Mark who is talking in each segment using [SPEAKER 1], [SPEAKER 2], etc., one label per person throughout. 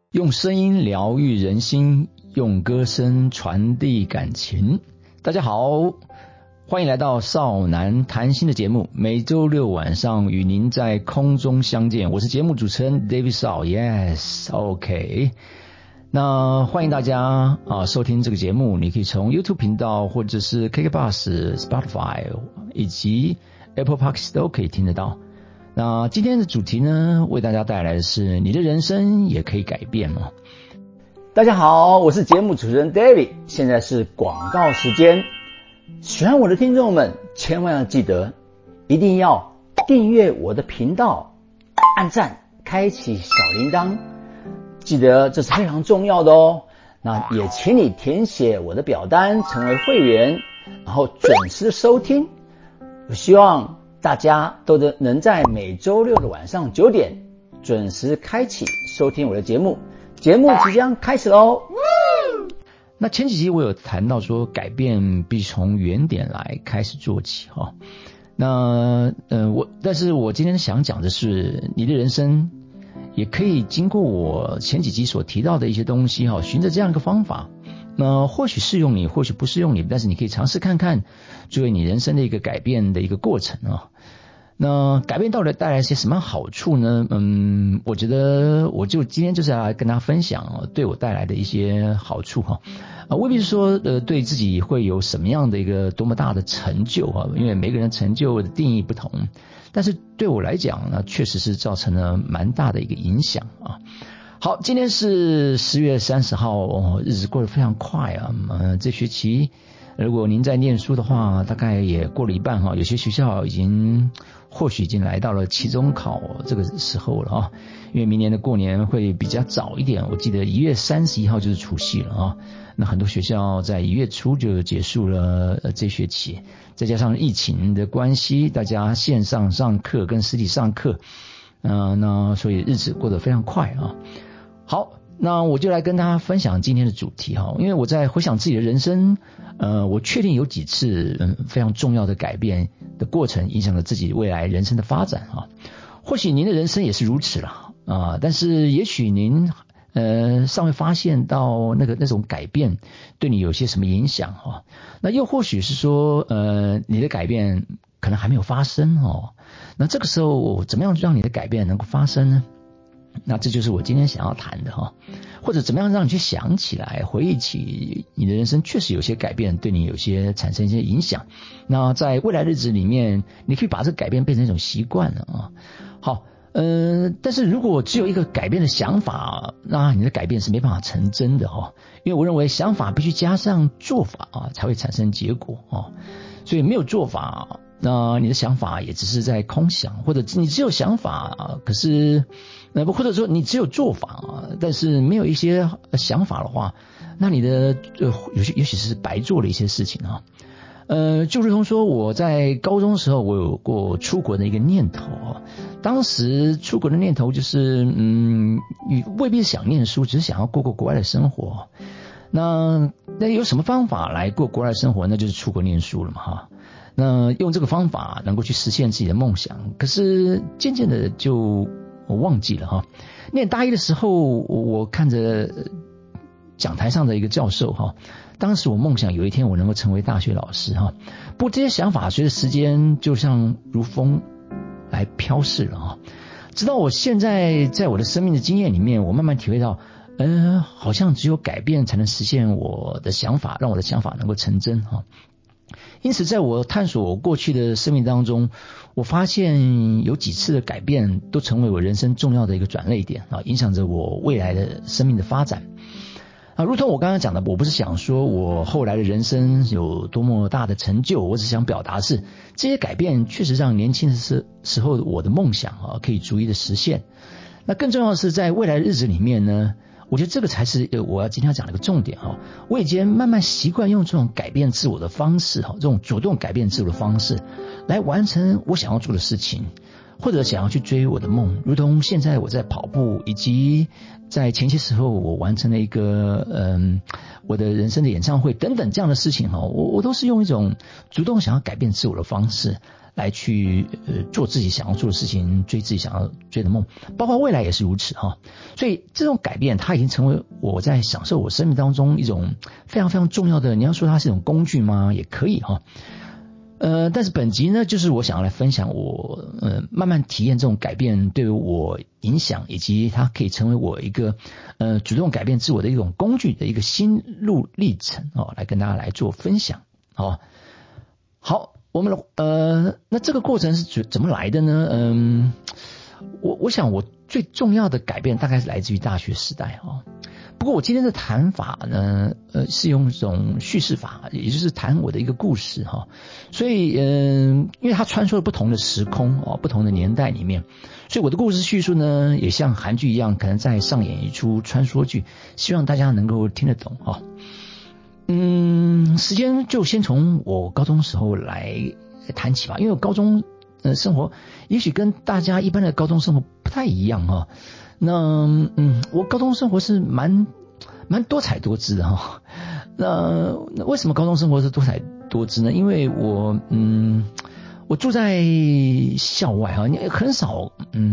[SPEAKER 1] 用声音疗愈人心，用歌声传递感情。大家好，欢迎来到少男谈心的节目，每周六晚上与您在空中相见。我是节目主持人 David Shaw。 Yes OK， 那欢迎大家收听这个节目。你可以从 YouTube 频道或者是 KKBOX、Spotify 以及 Apple Podcast 都可以听得到。那今天的主题呢，为大家带来的是你的人生也可以改变吗？大家好，我是节目主持人 David， 现在是广告时间。喜欢我的听众们千万要记得一定要订阅我的频道，按赞，开启小铃铛，记得这是非常重要的哦。那也请你填写我的表单成为会员，然后准时收听。我希望大家都能在每周六的晚上9点准时开启收听我的节目。节目即将开始咯。那前几集我有谈到说，改变必须从原点来开始做起哈。但是我今天想讲的是，你的人生也可以经过我前几集所提到的一些东西哈，循着这样一个方法。那或许适用你，或许不适用你，但是你可以尝试看看，作为你人生的一个改变的一个过程啊。那改变到底带来一些什么好处呢？我觉得我就今天就是要来跟大家分享对我带来的一些好处哈。未必是说对自己会有什么样的一个多么大的成就哈，因为每个人成就的定义不同。但是对我来讲呢，确实是造成了蛮大的一个影响啊。好，今天是10月30号，日子过得非常快啊。这学期如果您在念书的话，大概也过了一半哈。有些学校或许已经来到了期中考这个时候了啊。因为明年的过年会比较早一点，我记得1月31号就是除夕了啊。那很多学校在1月初就结束了这学期，再加上疫情的关系，大家线上上课跟实体上课，那所以日子过得非常快啊。好，那我就来跟大家分享今天的主题哈。因为我在回想自己的人生，我确定有几次非常重要的改变的过程，影响了自己未来人生的发展哈。或许您的人生也是如此了但是也许您尚未发现到那种改变对你有些什么影响哈。那又或许是说你的改变可能还没有发生哦。那这个时候怎么样让你的改变能够发生呢？那这就是我今天想要谈的哈。或者怎么样让你去想起来，回忆起你的人生确实有些改变对你有些产生一些影响。那在未来日子里面，你可以把这个改变变成一种习惯了啊。好，但是如果只有一个改变的想法，那你的改变是没办法成真的哈。因为我认为想法必须加上做法才会产生结果啊。所以没有做法，那你的想法也只是在空想，或者你只有想法可是或者说你只有做法但是没有一些想法的话，那你的也许是白做了一些事情啊。就如同说我在高中的时候，我有过出国的一个念头当时出国的念头就是未必是想念书，只是想要过国外的生活。那有什么方法来过国外的生活？那就是出国念书了嘛哈。那用这个方法能够去实现自己的梦想，可是渐渐的就我忘记了哈。念大一的时候，我看着讲台上的一个教授哈，当时我梦想有一天我能够成为大学老师哈。不过这些想法随着时间就像如风来飘逝了哈。直到我现在在我的生命的经验里面，我慢慢体会到好像只有改变才能实现我的想法，让我的想法能够成真哈。因此在我探索我过去的生命当中，我发现有几次的改变都成为我人生重要的一个转捩点影响着我未来的生命的发展如同我刚刚讲的，我不是想说我后来的人生有多么大的成就，我只想表达是这些改变确实让年轻的时候我的梦想可以逐一的实现。那更重要的是在未来的日子里面呢，我觉得这个才是我要今天要讲的一个重点我已经慢慢习惯用这种改变自我的方式这种主动改变自我的方式来完成我想要做的事情，或者想要去追我的梦。如同现在我在跑步，以及在前些时候我完成了一个我的人生的演唱会等等这样的事情我都是用一种主动想要改变自我的方式来去做自己想要做的事情，追自己想要追的梦，包括未来也是如此哈。所以这种改变，它已经成为我在享受我生命当中一种非常非常重要的，你要说它是一种工具吗？也可以哈。但是本集呢，就是我想要来分享我慢慢体验这种改变对我影响，以及它可以成为我一个主动改变自我的一种工具的一个心路历程哦，来跟大家来做分享哦。好，我们那这个过程是怎么来的呢？我想我最重要的改变大概是来自于大学时代哦。不过我今天的谈法呢，是用一种叙事法，也就是谈我的一个故事哈。所以因为它穿梭了不同的时空哦，不同的年代里面，所以我的故事叙述呢，也像韩剧一样，可能在上演一出穿梭剧，希望大家能够听得懂哈。时间就先从我高中时候来谈起吧，因为我高中生活也许跟大家一般的高中生活不太一样哈。那我高中生活是蛮多彩多姿的哈。那为什么高中生活是多彩多姿呢？因为我住在校外哈，很少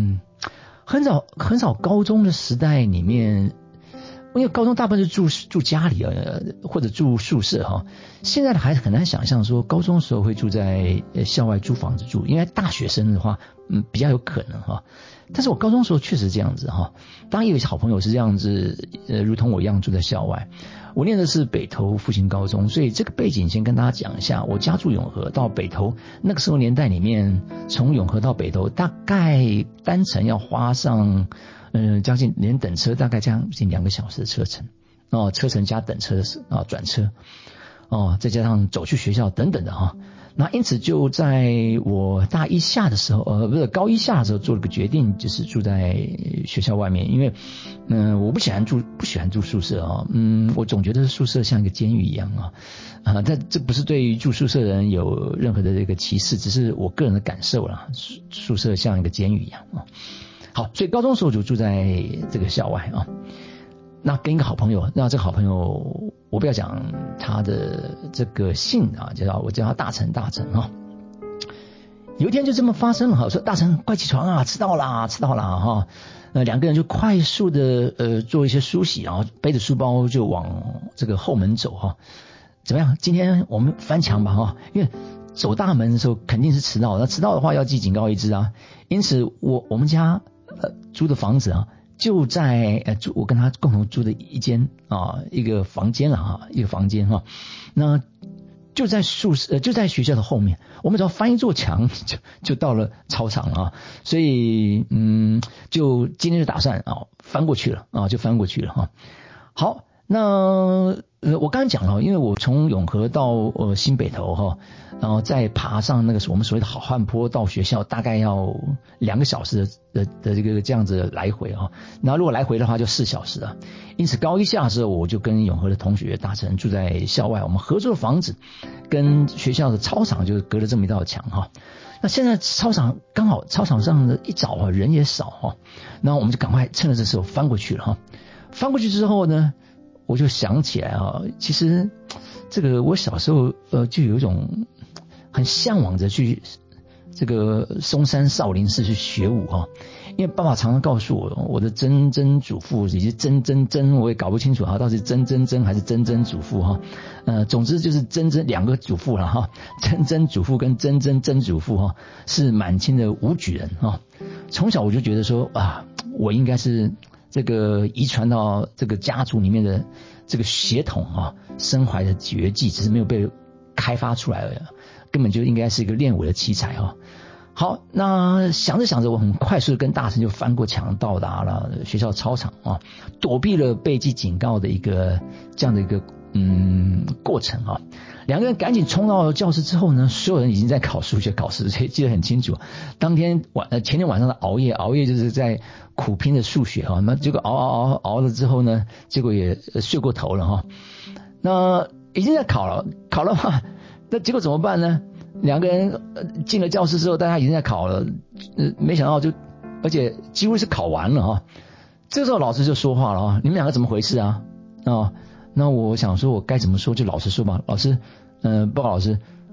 [SPEAKER 1] 高中的时代里面。因为高中大部分是住家里或者住宿舍哈。现在的孩子很难想象说高中的时候会住在校外租房子住，因为大学生的话比较有可能哈。但是我高中的时候确实这样子哈。当然有一些好朋友是这样子如同我一样住在校外。我念的是北投复兴高中，所以这个背景先跟大家讲一下。我家住永和到北投，那个时候年代里面，从永和到北投大概单程要花上将近连等车大概将近2个小时的车程哦，车程加等车转车哦，再加上走去学校等等的哈。那因此就在我大一下的时候不是高一下的时候做了个决定，就是住在学校外面。因为我不喜欢住宿舍啊。我总觉得宿舍像一个监狱一样但这不是对于住宿舍的人有任何的这个歧视，只是我个人的感受啦。宿舍像一个监狱一样啊。好，所以高中的时候就住在这个校外啊。那跟一个好朋友，那这个好朋友我不要讲他的这个姓啊，我叫他大成啊。有一天就这么发生了哈，说大成快起床啊，迟到啦哈。两个人就快速的做一些梳洗，然后背着书包就往这个后门走哈。怎么样？今天我们翻墙吧哈，因为走大门的时候肯定是迟到，那迟到的话要记警告一支啊。因此我们家租的房子啊，就在我跟他共同租的一个房间了哈，一个房间哈。那就在就在学校的后面，我们只要翻一座墙就到了操场了啊。所以就今天就打算翻过去了哈。好，那我刚才讲了，因为我从永和到新北投哈，然后再爬上那个我们所谓的好汉坡到学校，大概要2个小时的这样子来回哈。那如果来回的话就4小时啊。因此高一下的时候，我就跟永和的同学大成住在校外，我们合作的房子跟学校的操场就隔了这么一道墙哈。那现在操场刚好操场上的一早人也少哈，那我们就赶快趁着这时候翻过去了哈。翻过去之后呢，我就想起来其实这个我小时候就有一种很向往着去这个松山少林寺去学武哈。因为爸爸常常告诉我的曾曾祖父以及曾我也搞不清楚到底是曾还是曾祖父哈。总之就是2个祖父了哈，曾祖父跟曾祖父哈，是满清的武举人哈。从小我就觉得说我应该是这个遗传到这个家族里面的这个血统身怀的绝技，只是没有被开发出来而已，根本就应该是一个练武的奇才好，那想着我很快速的跟大成就翻过墙到达了学校操场躲避了被记警告的这样的一个过程2个人赶紧冲到教室之后呢，所有人已经在考数学考试，所以记得很清楚。前天晚上的熬夜就是在苦拼的数学那结果熬了之后呢，结果也睡过头了那已经在考了嘛，那结果怎么办呢？2个人进了教室之后，大家已经在考了，没想到而且几乎是考完了这时候老师就说话了你们2个怎么回事啊？那我想说我该怎么说就老实说吧。老师报告老师，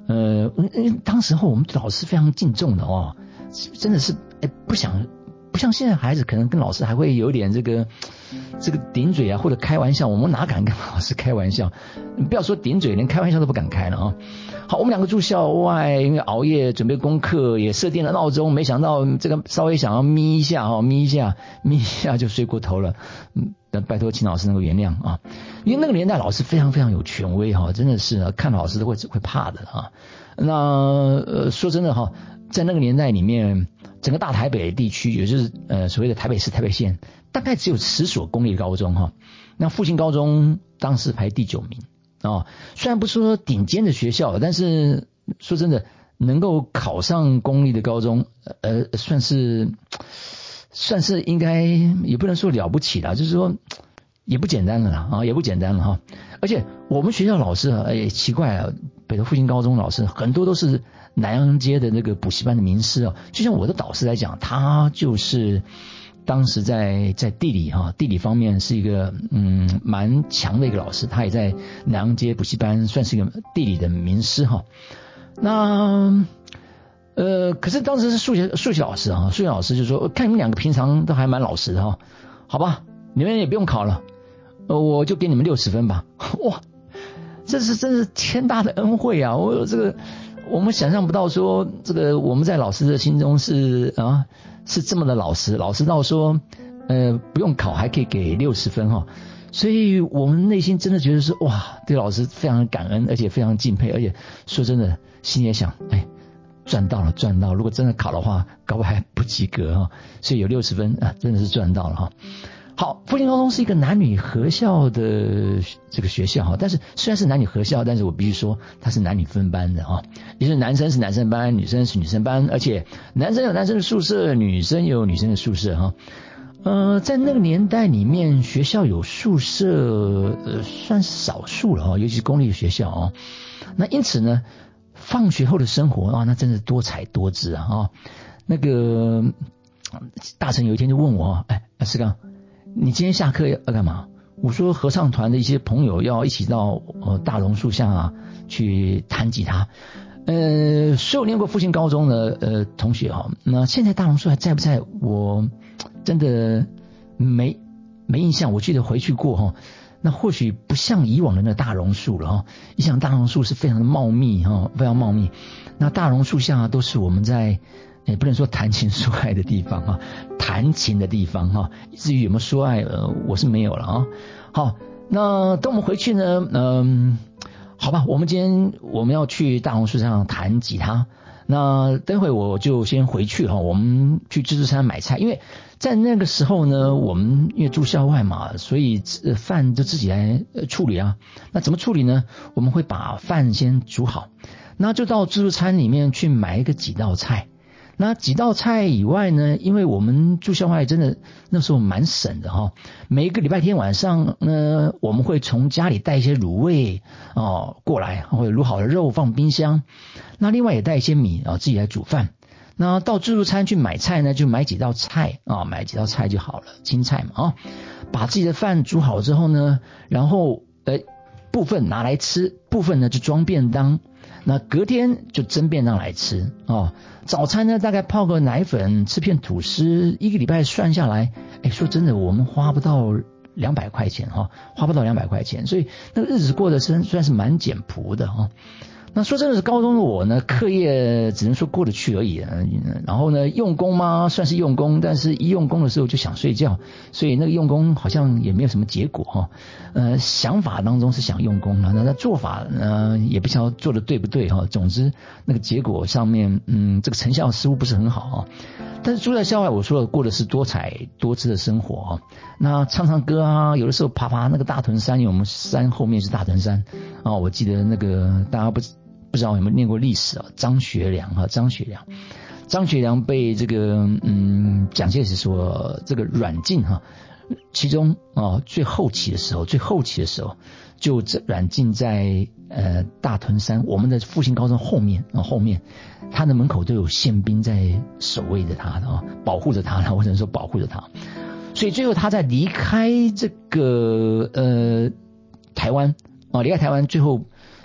[SPEAKER 1] 当时候我们对老师非常敬重的哦，真的是不像现在孩子可能跟老师还会有点这个顶嘴啊，或者开玩笑，我们哪敢跟老师开玩笑？不要说顶嘴，连开玩笑都不敢开了啊。好，我们两个住校外，因为熬夜准备功课，也设定了闹钟，没想到这个稍微想要眯一下就睡过头了。拜托请老师能够原谅啊，因为那个年代老师非常非常有权威哈，真的是看老师都会怕的啊。那说真的哈，在那个年代里面，整个大台北地区，也就是所谓的台北市、台北县，大概只有10所公立高中哈。那复兴高中当时排第9名啊，虽然不是说顶尖的学校，但是说真的，能够考上公立的高中，算是应该也不能说了不起啦，就是说也不简单了啦啊，也不简单了哈。而且我们学校老师也奇怪了，北投复兴高中老师很多都是南阳街的那个补习班的名师哦。就像我的导师来讲，他就是当时在地理方面是一个蛮强的一个老师，他也在南阳街补习班算是一个地理的名师哈。那可是当时是数学老师啊，数学老师就说，看你们两个平常都还蛮老实的哈，好吧，你们也不用考了，我就给你们60分吧。哇，真是天大的恩惠啊！我们想象不到说这个我们在老师的心中是这么的老实到说不用考还可以给60分哈。所以我们内心真的觉得是哇，对老师非常感恩，而且非常敬佩，而且说真的心里想赚到了，如果真的考的话搞不好还不及格哈，所以有60分真的是赚到了哈。好，复兴高中是一个男女合校的这个学校哈，但是虽然是男女合校，但是我必须说它是男女分班的哈，也就是男生是男生班，女生是女生班，而且男生有男生的宿舍，女生有女生的宿舍哈。在那个年代里面，学校有宿舍算是少数了尤其是公立的学校哦。那因此呢，放学后的生活那真是多彩多姿那个大成有一天就问我世刚，你今天下课要干嘛？我说合唱团的一些朋友要一起到大榕树下去弹吉他。所有念过复兴高中的同学那现在大榕树还在不在？我真的没印象，我记得回去过那或许不像以往的那大榕树了你想大榕树是非常的茂密非常茂密。那大榕树下都是我们在不能说谈情说爱的地方弹琴的地方至于有没有说爱我是没有了好，那等我们回去呢好吧，我们今天我们要去大榕树上弹吉他。那等会我就先回去我们去自助餐买菜，因为在那个时候呢，我们因为住校外嘛，所以饭就自己来处理那怎么处理呢？我们会把饭先煮好，那就到自助餐里面去买几道菜。那几道菜以外呢，因为我们住校外真的那时候蛮省的每一个礼拜天晚上呢，我们会从家里带一些卤味过来，或者卤好的肉放冰箱。那另外也带一些米自己来煮饭。那到自助餐去买菜呢，就买几道菜买几道菜就好了，青菜嘛把自己的饭煮好之后呢，然后部分拿来吃，部分呢就装便当。那隔天就蒸便当来吃早餐呢大概泡个奶粉，吃片吐司，一个礼拜算下来说真的我们花不到200块钱花不到200块钱，所以那个日子过得算是蛮简朴的那说真的是高中的我呢，课业只能说过得去而已然后呢用功嘛，算是用功，但是一用功的时候就想睡觉，所以那个用功好像也没有什么结果想法当中是想用功那做法也不晓得做的对不对总之那个结果上面这个成效似乎不是很好但是住在校外，我说的过的是多彩多姿的生活那唱歌有的时候爬那个大屯山，因为我们山后面是大屯山我记得那个大家不知道有没有念过历史张学良被这个蒋介石所这个软禁其中最后期的时候就软禁在大屯山我们的复兴高中后面他的门口都有宪兵在守卫着他保护着他我只能说保护着他。所以最后他在离开这个台湾离开台湾，最后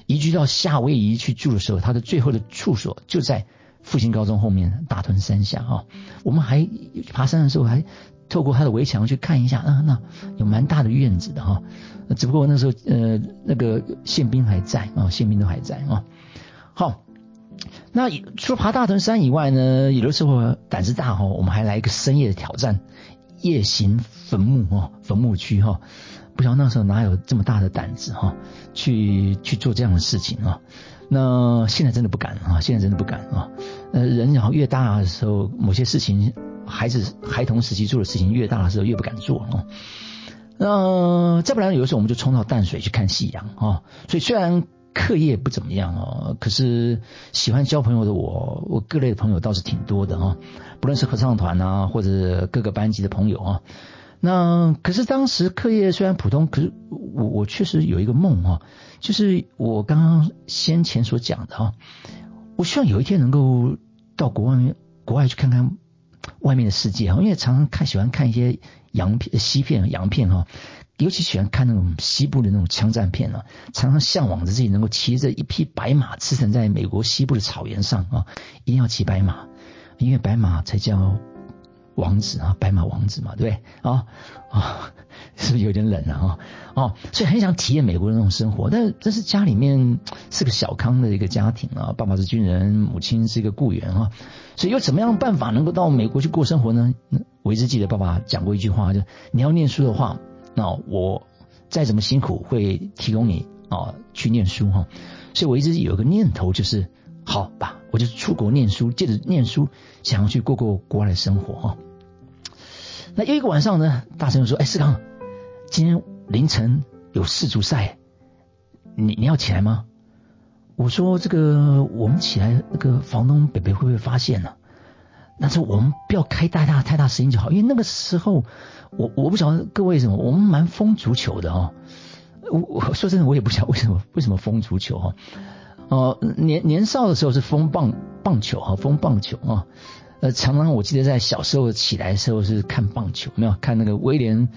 [SPEAKER 1] 移居到夏威夷去住的时候，他的最后的处所就在复兴高中后面大屯山下啊。我们还爬山的时候还透过他的围墙去看一下，那有蛮大的院子的哈。只不过那时候那个宪兵还在啊，宪兵都还在啊。好，那除了爬大屯山以外呢，有的时候胆子大哈，我们还来一个深夜的挑战，夜行坟墓哈，坟墓区哈。不知道那时候哪有这么大的胆子哈，去做这样的事情啊。那现在真的不敢啊，现在真的不敢啊。人然后越大的时候，某些事情孩童时期做的事情越大的时候越不敢做啊。再不然有的时候我们就冲到淡水去看夕阳啊。所以虽然课业不怎么样哦，可是喜欢交朋友的我各类的朋友倒是挺多的啊，不论是合唱团啊，或者各个班级的朋友啊。那可是当时课业虽然普通，可是我确实有一个梦啊，就是我刚刚先前所讲的啊，我希望有一天能够到国外去看看外面的世界啊，因为常常喜欢看一些西片、洋片哈，尤其喜欢看那种西部的那种枪战片啊，常常向往着自己能够骑着一匹白马驰骋在美国西部的草原上啊，一定要骑白马，因为白马才叫王子啊，白马王子嘛，对不对啊？是不是有点冷啊？所以很想体验美国的那种生活，但是家里面是个小康的一个家庭啊，爸爸是军人，母亲是一个雇员啊，所以有怎么样的办法能够到美国去过生活呢？我一直记得爸爸讲过一句话，就你要念书的话，那我再怎么辛苦会提供你去念书哈。所以我一直有个念头，就是好吧，我就出国念书，借着念书想要去过国外的生活哈。那有一个晚上呢，大成就说：“世刚，今天凌晨有世足赛，你要起来吗？”我说：“这个我们起来，那个房东北北会不会发现呢？但是我们不要开太大声音就好，因为那个时候我不晓得各位什么，我们蛮疯足球的哦。我说真的，我也不晓得为什么疯足球哦。年少的时候是疯棒球哈，疯棒球啊。常常我记得在小时候起来的时候是看棒球，没有看那个威廉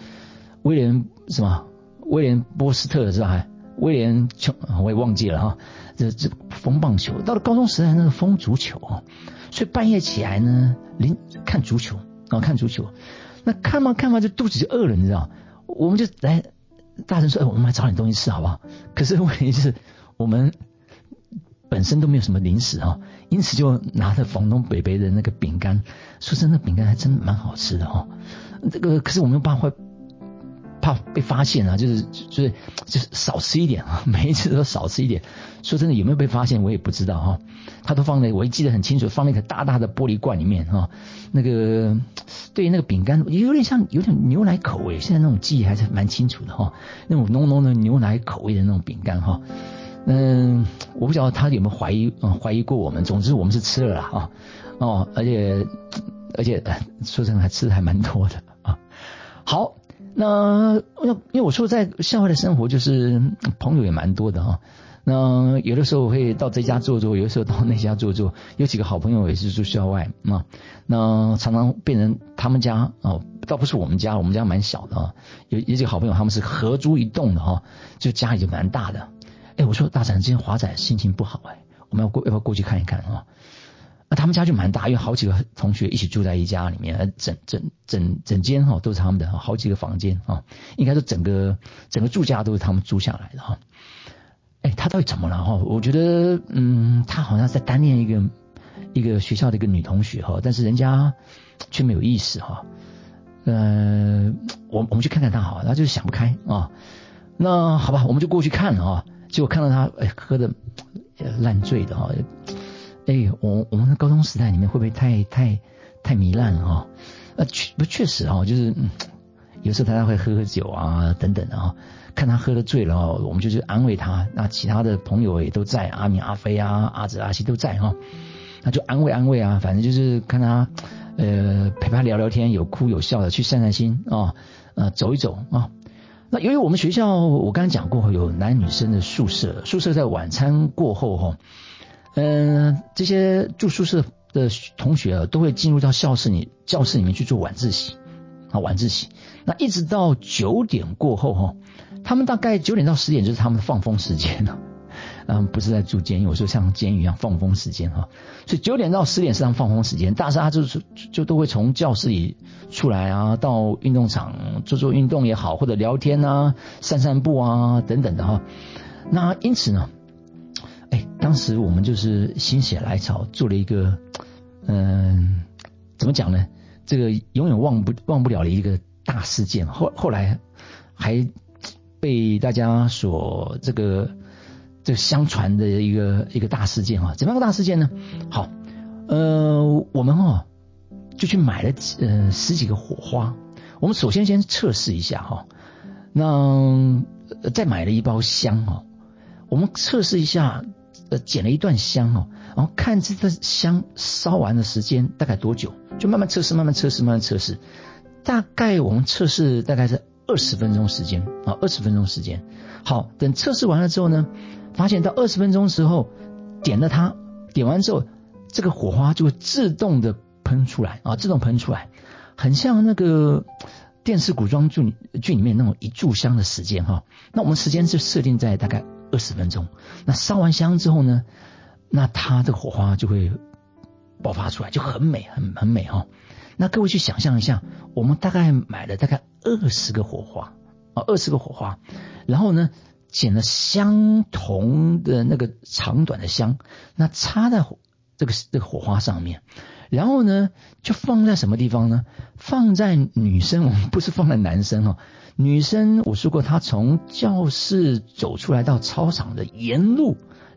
[SPEAKER 1] 波斯特是吧？威廉我也忘记了哈。这疯棒球，到了高中时代那个疯足球啊，所以半夜起来呢，看足球看足球，那看嘛就肚子就饿了，你知道？我们就来大声说，我们来找点东西吃好不好？可是问题是我们本身都没有什么零食因此就拿着房东北北的那个饼干，说真的饼干还真蛮好吃的这个可是我们又怕被发现啊，就是少吃一点每一次都少吃一点。说真的有没有被发现我也不知道他都放在，我记得很清楚，放在一个大大的玻璃罐里面那个对那个饼干有点牛奶口味，现在那种记忆还是蛮清楚的那种浓浓的牛奶口味的那种饼干我不晓得他有没有怀疑过我们，总之我们是吃了啦而且说真的还吃的还蛮多的好，那因为我说在校外的生活就是朋友也蛮多的那有的时候会到这家坐，有的时候到那家坐，有几个好朋友也是住校外那常常变成他们家倒不是我们家蛮小的有几个好朋友他们是合租一栋的就家里就蛮大的。我说大展今天华仔心情不好我们要不要过去看一看他们家就蛮大，因为好几个同学一起住在一家里面，整间都是他们的好几个房间应该说整个住家都是他们租下来的他到底怎么了我觉得他好像在单恋一个学校的一个女同学但是人家却没有意思我们去看看他好，他就是想不开那好吧，我们就过去看了结果看到他喝的烂醉的我们的高中时代里面会不会太糜烂了确实就是有时候他会喝酒啊等等的看他喝得醉了我们就去安慰他，那其他的朋友也都在，阿明阿飞啊阿子阿西都在那就安慰啊，反正就是看他陪他聊聊天，有哭有笑的，去散散心走一走那由于我们学校我刚才讲过有男女生的宿舍在晚餐过后这些住宿舍的同学都会进入到教室里面去做晚自习那一直到9点过后他们大概9点到10点就是他们的放风时间不是在住监狱，我说像监狱一样放风时间哈。所以9点到10点是他们放风时间，大家就都会从教室里出来啊，到运动场做运动也好，或者聊天啊、散步啊等等的哈。那因此呢，当时我们就是心血来潮做了一个怎么讲呢？这个永远忘不了的一个大事件，后来还被大家所这个相传的一个大事件啊。怎么样个大事件呢？好，我们就去买了10几个火花。我们首先测试一下哈，那再买了一包香我们测试一下，捡了一段香然后看这香烧完的时间大概多久，就慢慢测试。大概我们测试大概是20分钟时间20分钟时间。好，等测试完了之后呢，发现到20分钟之后点了它，点完之后这个火花就会自动的喷出来自动喷出来，很像那个电视古装剧里面那种一炷香的时间那我们时间是设定在大概20分钟。那烧完香之后呢，那它这个火花就会爆发出来，就很美很美那各位去想象一下，我们大概买了大概20个火花20个火花，然后呢捡了相同的那个长短的香，那插在这个火花上面，然后呢就放在什么地方呢？放在女生，我们不是放在男生女生我说过，她从教室走出来到操场的沿路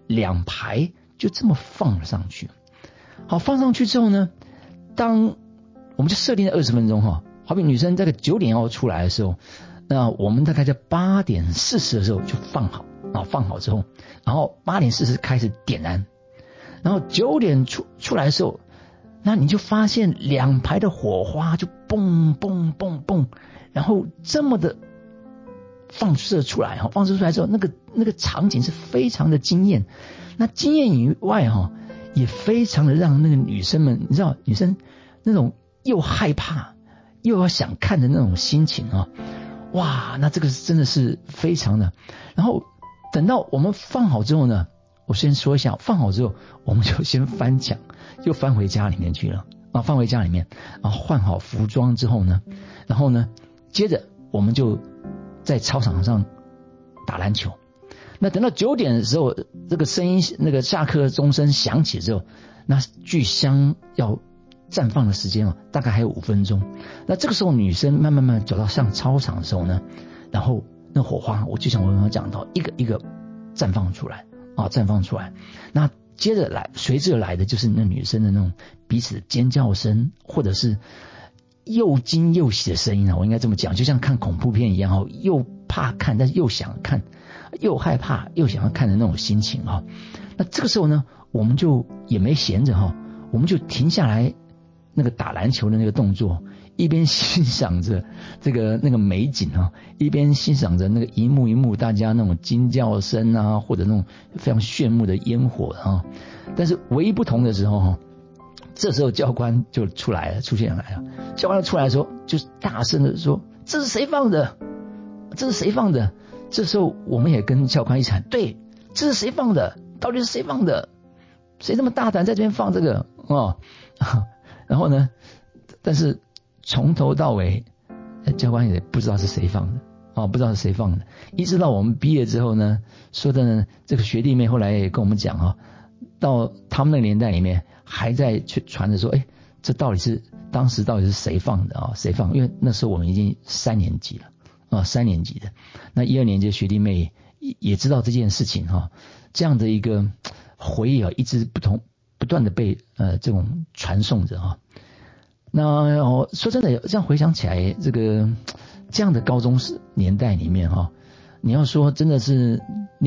[SPEAKER 1] 2排就这么放了上去。好，放上去之后呢，当我们就设定了20分钟好比女生这个9点要出来的时候，那我们大概在8点40的时候就放好放好之后，然后8点40开始点燃，然后9点出来的时候，那你就发现2排的火花就蹦蹦蹦蹦，然后这么的放射出来之后，那个场景是非常的惊艳。那惊艳以外也非常的让那个女生们，你知道女生那种又害怕又要想看的那种心情哇，那这个真的是非常的。然后等到我们放好之后呢，我先说一下，放好之后我们就先翻墙，又翻回家里面去了翻回家里面，然后换好服装之后呢，然后呢接着我们就在操场上打篮球。那等到9点的时候，这个声音那个下课钟声响起之后，那距香要绽放的时间大概还有5分钟。那这个时候女生慢慢走到上操场的时候呢，然后那火花我就像我刚刚讲到一个一个绽放出来那接着来随之而来的就是那女生的那种彼此的尖叫声，或者是又惊又喜的声音我应该这么讲，就像看恐怖片一样又怕看但是又想看，又害怕又想要看的那种心情那这个时候呢，我们就也没闲着我们就停下来那个打篮球的那个动作，一边欣赏着那个美景一边欣赏着那个一幕一幕大家那种惊叫声或者那种非常炫目的烟火但是唯一不同的时候这时候教官就出现来了。教官出来的时候就大声的说：“这是谁放的？这是谁放的？”这时候我们也跟教官一起喊：“对，这是谁放的？到底是谁放的？谁这么大胆在这边放这个然后呢，但是从头到尾教官也不知道是谁放的不知道是谁放的。一直到我们毕业之后呢，说的呢，这个学弟妹后来也跟我们讲到他们那个年代里面还在去传着说，这当时到底是谁放的谁放？因为那时候我们已经3年级了3年级的，那1、2年级的学弟妹也知道这件事情这样的一个回忆一直不断的被这种传颂着那说真的，这样回想起来，这样的高中年代里面你要说真的是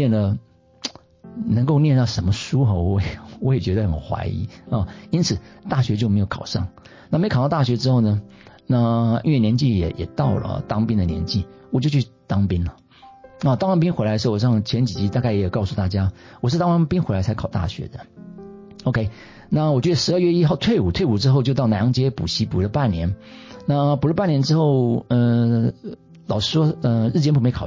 [SPEAKER 1] 能够念到什么书我也觉得很怀疑因此大学就没有考上。那没考到大学之后呢，那因为年纪也到了当兵的年纪，我就去当兵了当完兵回来的时候，我上前几集大概也有告诉大家，我是当完兵回来才考大学的。OK， 那我觉得12月1号退伍之后就到南阳街补习，补了半年。那补了半年之后，老师说日间部没考上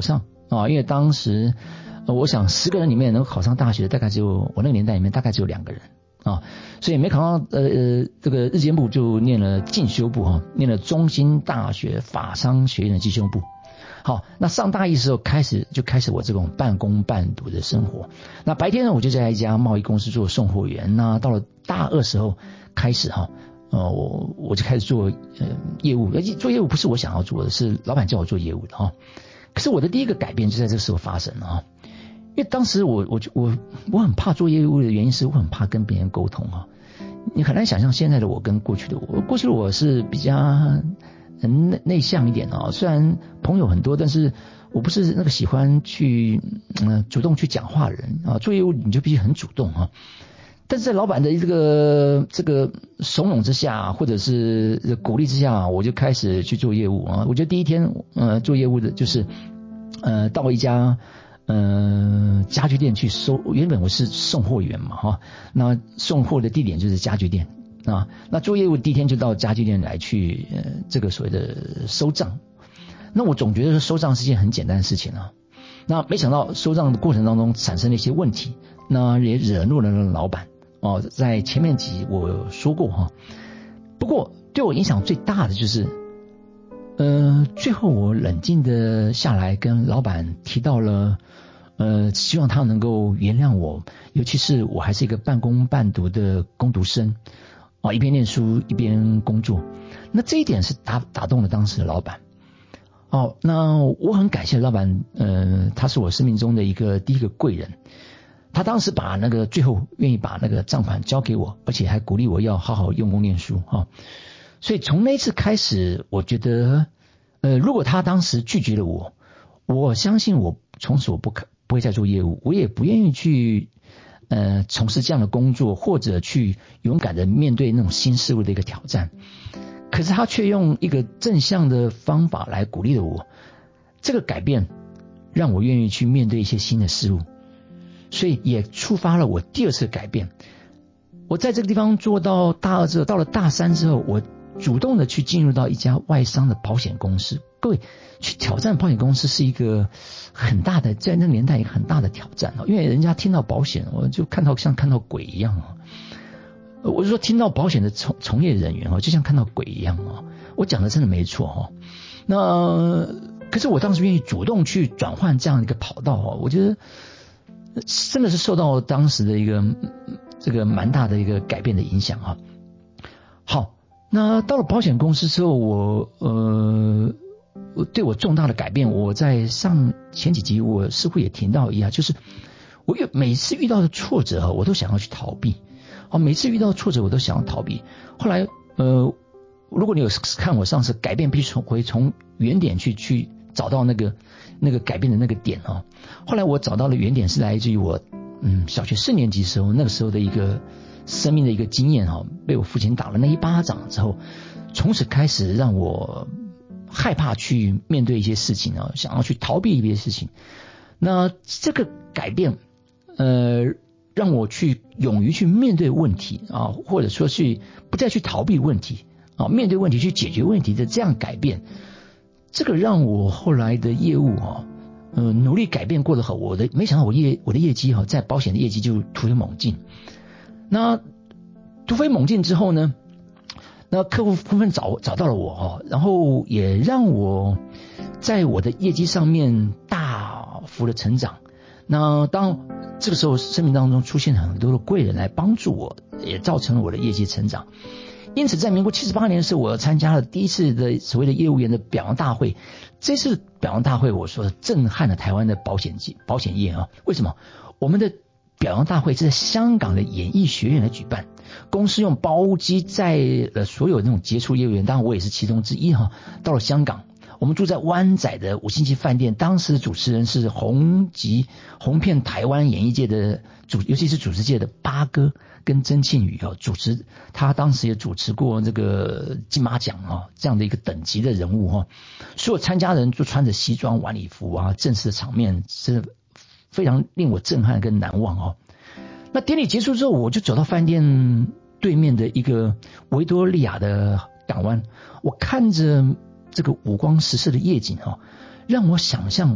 [SPEAKER 1] 因为当时我想10个人里面能考上大学，大概只有我那个年代里面大概只有2个人所以没考上这个日间部，就念了进修部念了中兴大学法商学院的进修部。好，那上大一的时候开始我这种半工半读的生活。那白天呢，我就在一家贸易公司做送货员。那到了大2时候开始我就开始做业务。做业务不是我想要做的，是老板叫我做业务的可是我的第一个改变就在这个时候发生了因为当时我很怕做业务的原因是我很怕跟别人沟通你很难想象现在的我跟过去的我。过去的我是比较内向一点虽然朋友很多，但是我不是那个喜欢去主动去讲话的人做业务你就必须很主动但是在老板的这个怂恿之下，或者是鼓励之下，我就开始去做业务我觉得第一天做业务的就是到一家家具店去收。原本我是送货员嘛那送货的地点就是家具店那做业务第一天就到家具店来去这个所谓的收账。那我总觉得收账是件很简单的事情那没想到收账的过程当中产生了一些问题，那也惹怒了老板在前面集我有说过不过对我影响最大的就是最后我冷静的下来跟老板提到了希望他能够原谅我，尤其是我还是一个半工半读的工读生一边念书一边工作。那这一点是打动了当时的老板那我很感谢老板他是我生命中的第一个贵人。他当时把最后愿意把那个账款交给我，而且还鼓励我要好好用功念书所以从那一次开始，我觉得如果他当时拒绝了我相信我从此我不会再做业务，我也不愿意去从事这样的工作，或者去勇敢的面对那种新事物的一个挑战。可是他却用一个正向的方法来鼓励了我，这个改变让我愿意去面对一些新的事物，所以也触发了我第2次改变。我在这个地方做到大2之后，到了大3之后，我主动的去进入到一家外商的保险公司。各位，去挑战保险公司是一个很大的，在那个年代一个很大的挑战因为人家听到保险，我就像看到鬼一样我是说听到保险的从业人员就像看到鬼一样我讲的真的没错那可是我当时愿意主动去转换这样一个跑道我觉得真的是受到当时的一个这个蛮大的一个改变的影响好，那到了保险公司之后，我对我重大的改变，我在前几集我似乎也提到一下，就是我每次遇到的挫折我都想要去逃避每次遇到挫折我都想要逃避。后来如果你有看我上次改变必须从原点去找到那个改变的那个点后来我找到了原点是来自于我小学4年级时候，那个时候的一个生命的一个经验被我父亲打了那一巴掌之后，从此开始让我害怕去面对一些事情想要去逃避一些事情。那这个改变让我去勇于去面对问题或者说去不再去逃避问题面对问题去解决问题的这样改变，这个让我后来的业务努力改变过得好。没想到我的业绩在保险的业绩就突飞猛进。那突飞猛进之后呢，那客户纷纷找到了我然后也让我在我的业绩上面大幅的成长。那当这个时候生命当中出现很多的贵人来帮助我，也造成了我的业绩成长。因此在民国78年的时候，我参加了第一次的所谓的业务员的表扬大会。这次表扬大会我说震撼了台湾的保险业为什么？我们的表扬大会是在香港的演艺学院来举办，公司用包机载了所有那种杰出业务员，当然我也是其中之一到了香港，我们住在湾仔的5星级饭店，当时的主持人是红遍台湾演艺界的尤其是主持界的八哥跟曾庆宇主持，他当时也主持过这个金马奖这样的一个等级的人物所有参加人就穿着西装晚礼服正式的场面是非常令我震撼跟难忘那典礼结束之后，我就走到饭店对面的一个维多利亚的港湾，我看着这个五光十色的夜景让我想象我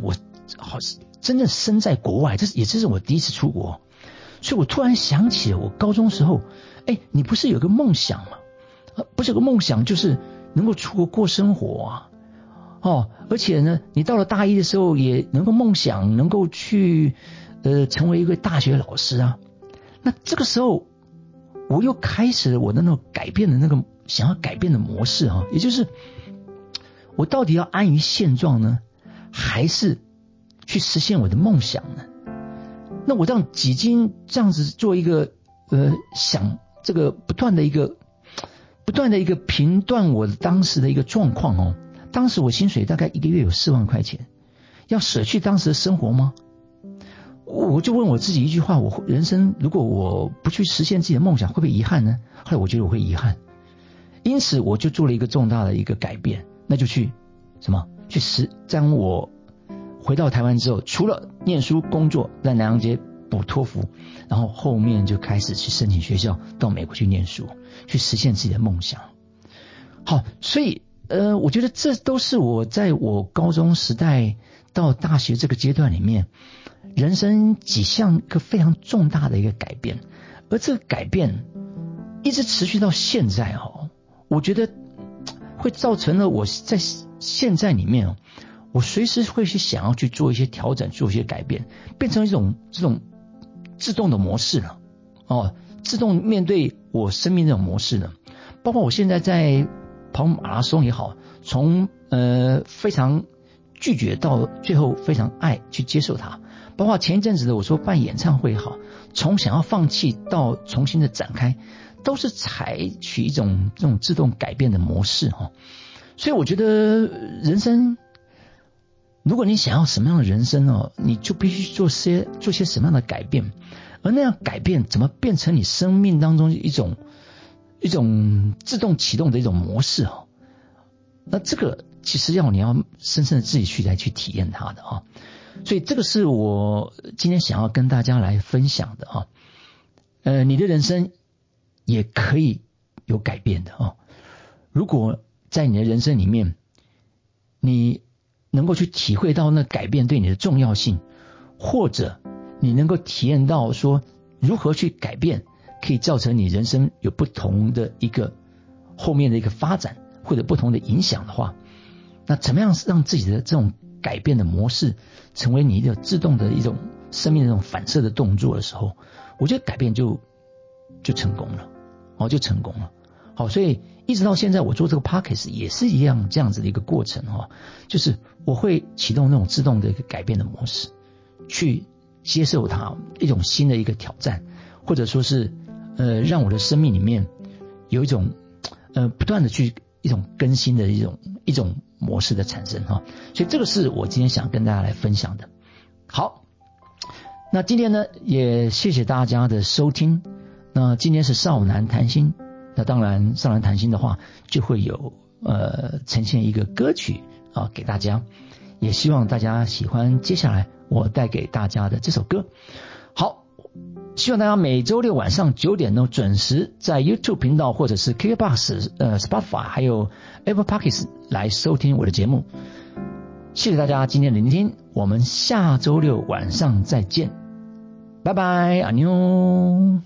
[SPEAKER 1] 好真正身在国外，这是我第一次出国，所以我突然想起了我高中时候，你不是有个梦想吗？不是有个梦想就是能够出国过生活啊。而且呢，你到了大一的时候也能够梦想能够去成为一个大学老师啊。那这个时候我又开始了我的那种改变的那个想要改变的模式啊，也就是我到底要安于现状呢，还是去实现我的梦想呢？那我这样几经这样子做一个想这个不断的一个评断我当时的一个状况哦。当时我薪水大概一个月有4万块钱，要舍弃当时的生活吗？我就问我自己一句话，我人生如果我不去实现自己的梦想，会不会遗憾呢？后来我觉得我会遗憾，因此我就做了一个重大的一个改变，那就去当我回到台湾之后，除了念书工作，在南洋街补托福，然后后面就开始去申请学校，到美国去念书，去实现自己的梦想。好，所以我觉得这都是我在我高中时代到大学这个阶段里面，人生几项个非常重大的一个改变，而这个改变一直持续到现在我觉得会造成了我在现在里面我随时会去想要去做一些调整，做一些改变，变成一种这种自动的模式了自动面对我生命这种模式了。包括我现在在跑马拉松也好，从非常拒绝到最后非常爱去接受它，包括前一阵子的我说办演唱会也好，从想要放弃到重新的展开，都是采取一种这种自动改变的模式所以我觉得人生，如果你想要什么样的人生你就必须做些什么样的改变，而那样改变怎么变成你生命当中一种自动启动的一种模式那这个其实你要深深的自己去体验它的所以这个是我今天想要跟大家来分享的你的人生也可以有改变的如果在你的人生里面，你能够去体会到那改变对你的重要性，或者你能够体验到说如何去改变可以造成你人生有不同的一个后面的一个发展，或者不同的影响的话，那怎么样让自己的这种改变的模式成为你的自动的一种生命的这种反射的动作的时候，我觉得改变就成功了就成功了。好，所以一直到现在我做这个 podcast 也是一样这样子的一个过程就是我会启动那种自动的一个改变的模式，去接受它一种新的一个挑战，或者说是让我的生命里面有一种不断的去一种更新的一种模式的产生所以这个是我今天想跟大家来分享的。好，那今天呢也谢谢大家的收听。那今天是少男谈心，那当然少男谈心的话就会有呈现一个歌曲给大家，也希望大家喜欢接下来我带给大家的这首歌。好，希望大家每周六晚上9点呢准时在 YouTube 频道或者是 KKBOX、Spotify 还有 Apple Podcasts 来收听我的节目。谢谢大家今天的聆听，我们下周六晚上再见，拜拜，安妞。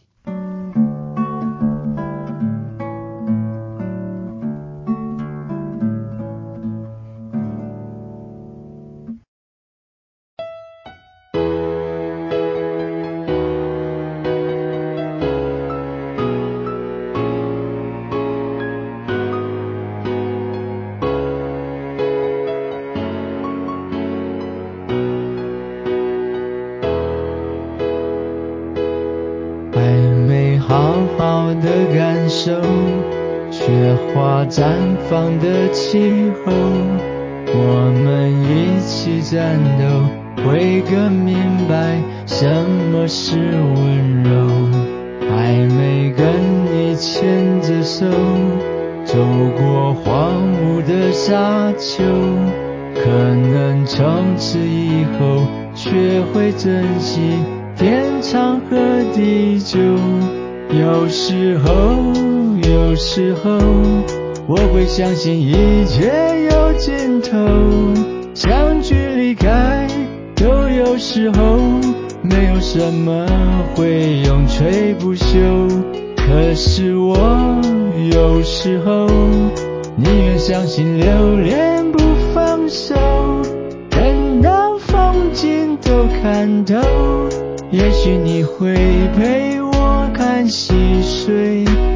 [SPEAKER 1] 绽放的气候，我们一起战斗，会更明白什么是温柔。还没跟你牵着手，走过荒芜的沙丘，可能从此以后学会珍惜天长和地久。有时候我会相信一切有尽头，相聚离开时候没有什么会永垂不朽，可是我有时候宁愿相信留恋不放手，等到风景都看透，也许你会陪我看细水